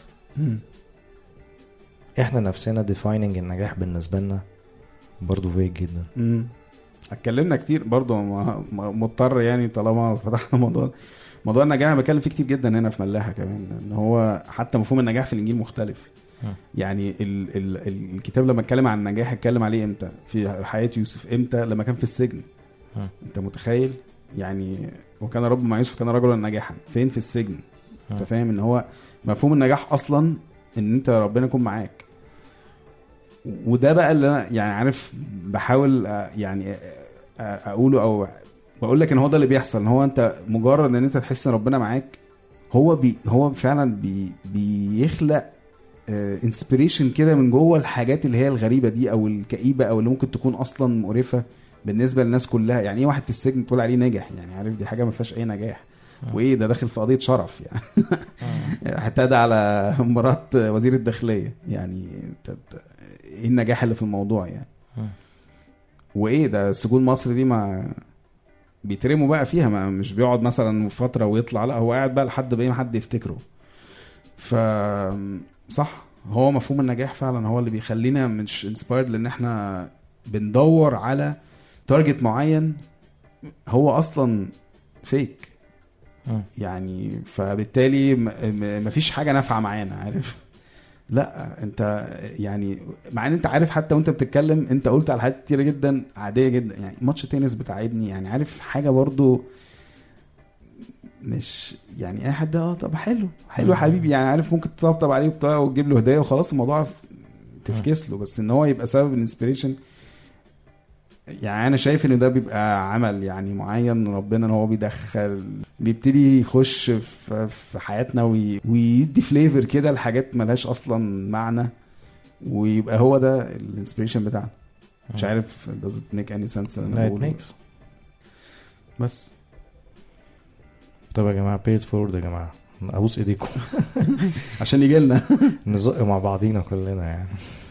احنا نفسنا defining النجاح بالنسبه لنا برضو فيك جدا. اتكلمنا كتير برضو، مضطر يعني طالما فتحنا موضوع النجاح انا بتكلم فيه كتير جدا هنا في ملاحه كمان، ان هو حتى مفهوم النجاح في الانجيل مختلف. يعني الكتاب لما اتكلم عن النجاح اتكلم عليه امتى؟ في حياه يوسف. امتى؟ لما كان في السجن. انت متخيل يعني؟ وكان رب مع يوسف كان رجلا ناجحا. فين؟ في السجن. انت فاهم ان هو مفهوم النجاح اصلا ان انت ربنا يكون معاك. وده بقى اللي انا يعني عارف بحاول يعني اقوله او بقول لك ان هو ده اللي بيحصل، ان هو انت مجرد ان انت تحس ان ربنا معاك، هو فعلا بيخلق انسبيريشن كده من جوه الحاجات اللي هي الغريبه دي او الكئيبه او اللي ممكن تكون اصلا مقرفه بالنسبه للناس كلها. يعني ايه واحد في السجن تقول عليه ناجح؟ يعني عارف دي حاجه ما فيهاش اي نجاح. وايه ده داخل في قضيه شرف يعني اعتدى على مرات وزير الداخليه. يعني ايه النجاح اللي في الموضوع يعني؟ وايه ده سجون مصر دي ما بيترموا بقى فيها، ما مش بيقعد مثلا فتره ويطلع، لا هو قاعد بقى لحد ما حد يفتكره. ف صح، هو مفهوم النجاح فعلا هو اللي بيخلينا مش انسبايرد، لان احنا بندور على تارجت معين هو اصلا فيك يعني، فبالتالي مفيش حاجه نافعه معانا، عارف. لا انت يعني مع ان انت عارف حتى وانت بتتكلم انت قلت على حاجات كتيره جدا عاديه جدا، يعني ماتش تنس بتاعبني يعني، عارف حاجه برضو مش يعني اي حد طب حلو حبيبي يعني، عارف ممكن تطبطب عليه وبتاع وتجيب له هديه وخلاص الموضوع تفكس له، بس ان هو يبقى سبب الانسبيريشن يعني انا شايف ان ده بيبقى عمل يعني معين ربنا ان هو بيبتدي يخش في حياتنا ويدي فليفر كده لحاجات ملهاش اصلا معنى، ويبقى هو ده الانسبيريشن بتاعنا. مش عارف does it make any sense انا بقوله بس. طب يا جماعه pay it forward يا جماعه، ابوس ايديكم عشان يجي لنا نزق مع بعضينا كلنا يعني.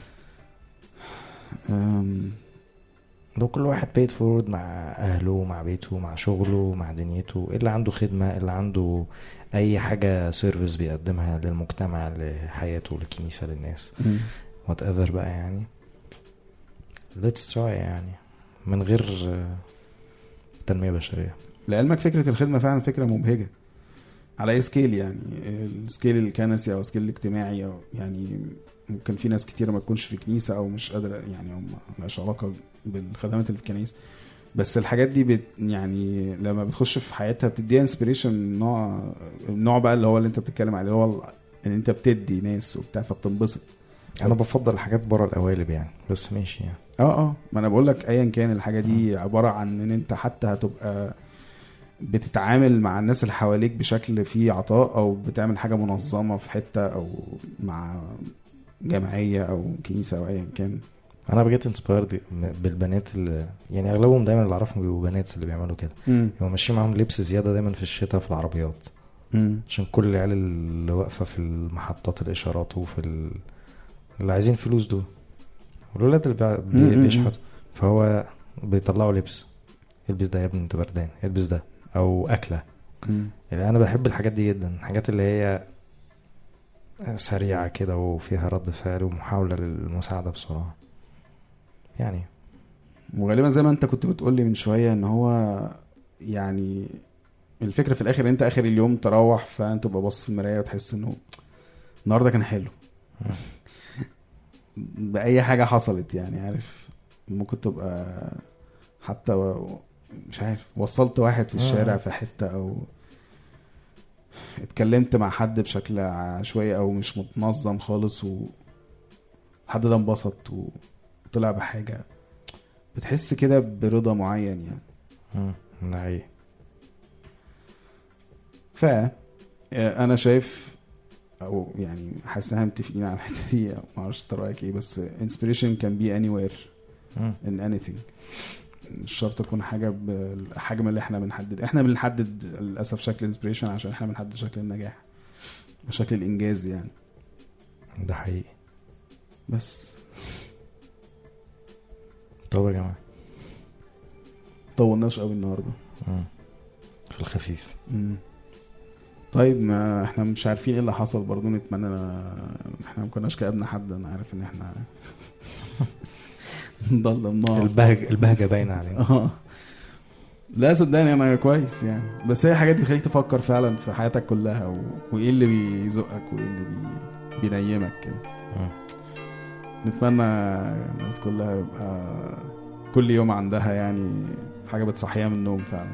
لو كل واحد paid forward مع اهله مع بيته مع شغله مع دنيته، اللي عنده خدمه اللي عنده اي حاجه سيرفيس بيقدمها للمجتمع لحياته للكنيسه للناس whatever بقى يعني، let's try يعني من غير تنميه بشريه. لعلمك فكره الخدمه فعلا فكره مبهجه على اي سكيل، يعني السكيل الكنسي او السكيل الاجتماعي، أو يعني ممكن في ناس كتير ما تكونش في كنيسه او مش قادره يعني هم مالهاش علاقه بالخدمات اللي في الكنيسه، بس الحاجات دي يعني لما بتخش في حياتها بتديها انسبيريشن، نوع بقى اللي هو اللي انت بتتكلم عليه، هو ان انت بتدي ناس وبتاع فبتنبسط. انا بفضل حاجات بره القوالب يعني، بس ماشي يعني. ما انا بقول لك ايا كان الحاجه دي عباره عن ان انت حتى هتبقى بتتعامل مع الناس اللي حواليك بشكل فيه عطاء، او بتعمل حاجه منظمه في حته او مع جمعيه او كنيسه او ايا كان. انا بجيت انسبايرد بالبنات اللي يعني اغلبهم دايما اللي اعرفهم بيبقوا بنات اللي بيعملوا كده، هم ماشيين معاهم لبس زياده دايما في الشتاء في العربيات، عشان كل العيال اللي واقفه في المحطات الاشارات وفي اللي عايزين فلوس دول والولاد اللي بيشحتوا، فهو بيطلعوا لبس، البس ده يا ابني انت بردان، البس ده او اكله. يعني انا بحب الحاجات دي جدا، الحاجات اللي هي سريعه كده وفيها رد فعل ومحاوله للمساعده بسرعه يعني. وغالبا زي ما انت كنت بتقولي من شويه ان هو يعني الفكره في الاخر انت اخر اليوم تروح فانت تبقى باص في المرايه وتحس انه النهارده كان حلو باي حاجه حصلت يعني، عارف ممكن تبقى حتى مش عارف وصلت واحد في الشارع في حته، او اتكلمت مع حد بشكل عشوائي او مش متنظم خالص وحد ده انبسط وطلع بحاجه، بتحس كده برضا معين يعني. نعم. انا شايف او يعني حاسس ان متفقين على الحته دي، ما اعرفش انت رايك ايه، بس inspiration can be anywhere in anything. مش شرط تكون حاجه بالحجم اللي احنا بنحدد للاسف شكل inspiration عشان احنا بنحدد شكل النجاح وشكل الانجاز يعني. ده حقيقي. بس طب يا جماعه طولناش قوي النهارده في الخفيف. طيب ما احنا مش عارفين ايه اللي حصل برضو، نتمنى احنا ما كناش كأبنا حد، انا عارف ان احنا ضلمنا البهجه باينه علينا. لا صدقني انا كويس يعني، بس هي حاجات تخليك تفكر فعلا في حياتك كلها وايه اللي بيزقك وايه اللي بينيمك كده. نتمنى الناس كلها يبقى كل يوم عندها يعني حاجه بتصحيها من النوم فعلا.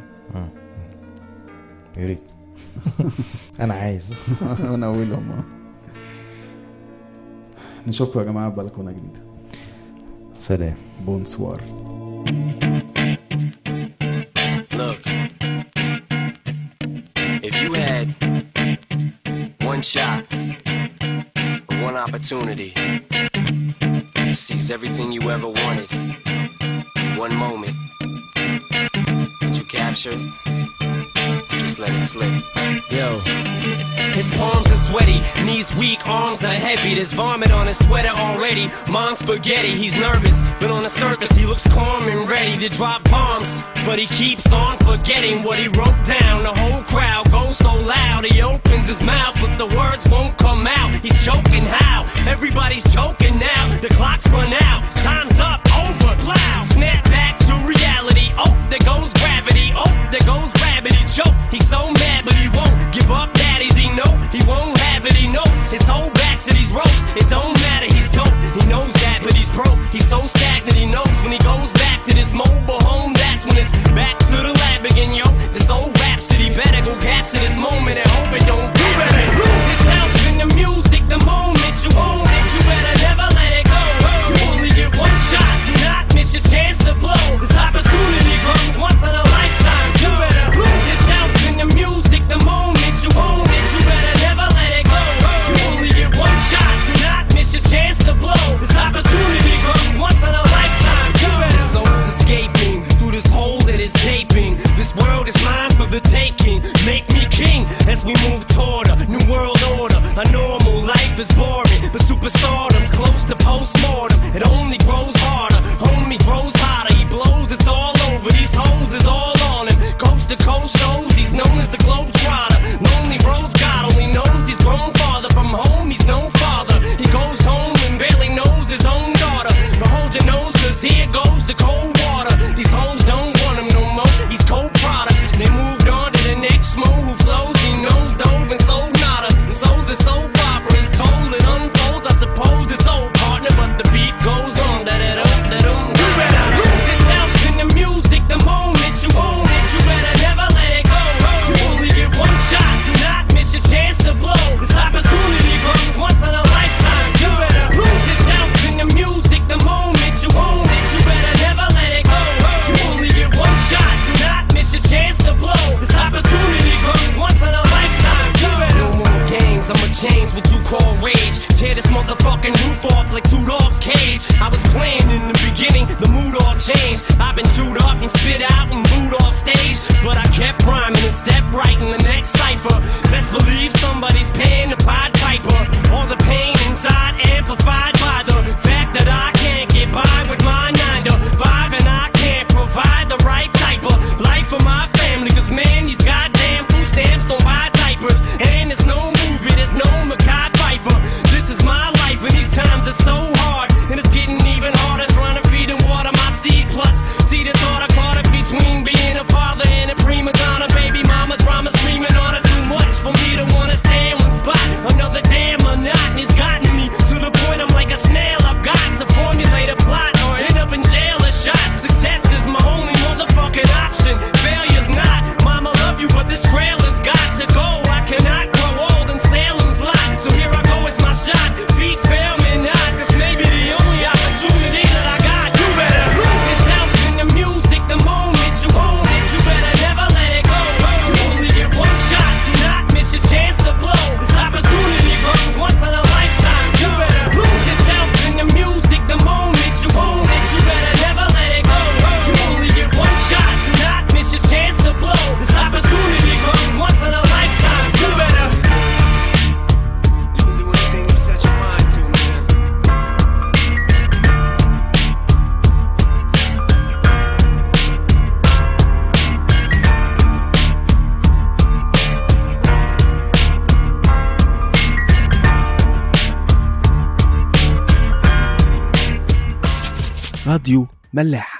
يا ريت. انا عايز انا اولهم. نشوفكم يا جماعه ببلكونه جديده. سلام. بونسوار. Look, if you had one shot, one opportunity to seize everything you ever wanted, one moment, did you capture it? Just let it slip. Yo. His palms are sweaty, knees weak, arms are heavy. There's vomit on his sweater already. Mom's spaghetti, he's nervous, but on the surface he looks calm and ready to drop bombs. But he keeps on forgetting what he wrote down. The whole crowd goes so loud, he opens his mouth, but the words won't come out. He's choking how? Everybody's choking now. The clock's run out, time's up, over, plow. Snap back to reality, oh, there goes gravity. is gaping. This world is mine for the taking. Make me king as we move toward a new world order. A normal life is boring, but superstardom's close to postmortem. It only grows harder, homie grows hotter. He blows, it's all over. These hoes is all on him. Coast to coast shows, he's known as the Globetrotter. Lonely roads, God only knows he's grown farther from home. He's no father. He goes home and barely knows his own daughter. But hold your nose, cause here goes the cold water. These hoes don't want him no more. He's cold product. They moved on to the next mo who flows. He knows dove and sold nada. So the soap opera is told, it unfolds. I suppose it's old partner, but the beat goes on. You better lose yourself in the music the moment you own it. You better never let it go. You only get one shot. Do not miss your chance to blow. This opportunity comes once in a lifetime. You better lose yourself in the music the moment you own it. You better never let it go. You only get one shot. Do not miss your chance to blow. This opportunity comes once in a lifetime. You better no more games. I'ma change what you call rage. Tear this motherfucking roof off like two dogs' cage. I was playing in the beginning, the mood all changed. I've been chewed up and spit out and booed off stage, but I kept rhyming and stepped right in the next cipher. Best believe somebody's paying the Pied Piper. All the pain inside amplified by the fact that I can't get by with my 9 to 5, and I can't provide the right type of life for my family. Cause man, these goddamn food stamps don't buy diapers, and there's no movie, there's no Mackay Pfeiffer. This is my life and these times are so hard, and it's getting even harder trying to feed and water my seed. Plus, see this order caught up between being a father and a prima donna. Baby mama drama screaming on her too much for me to wanna stay in one spot. Another damn monotony's gotten me to the point I'm like a snail. I've got to formulate a plot or end up in jail or shot. Success is my only motherfucking option. Failure's not. Mama love you, but this trailer's got to go. I cannot grow old in Salem's lot, so here I go, it's my shot. Feet fail me not. This may be the only opportunity that I got. You better lose yourself in the music the moment you own it. You better never let it go. You only get one shot. Do not miss your chance to blow. This opportunity comes once in a lifetime. You better lose yourself in the music the moment you own it. You better never let it go. You only get one shot. Do not miss your chance to blow. This opportunity comes once in a lifetime. You better. You can do anything you set your mind to, man. راديو ملاح.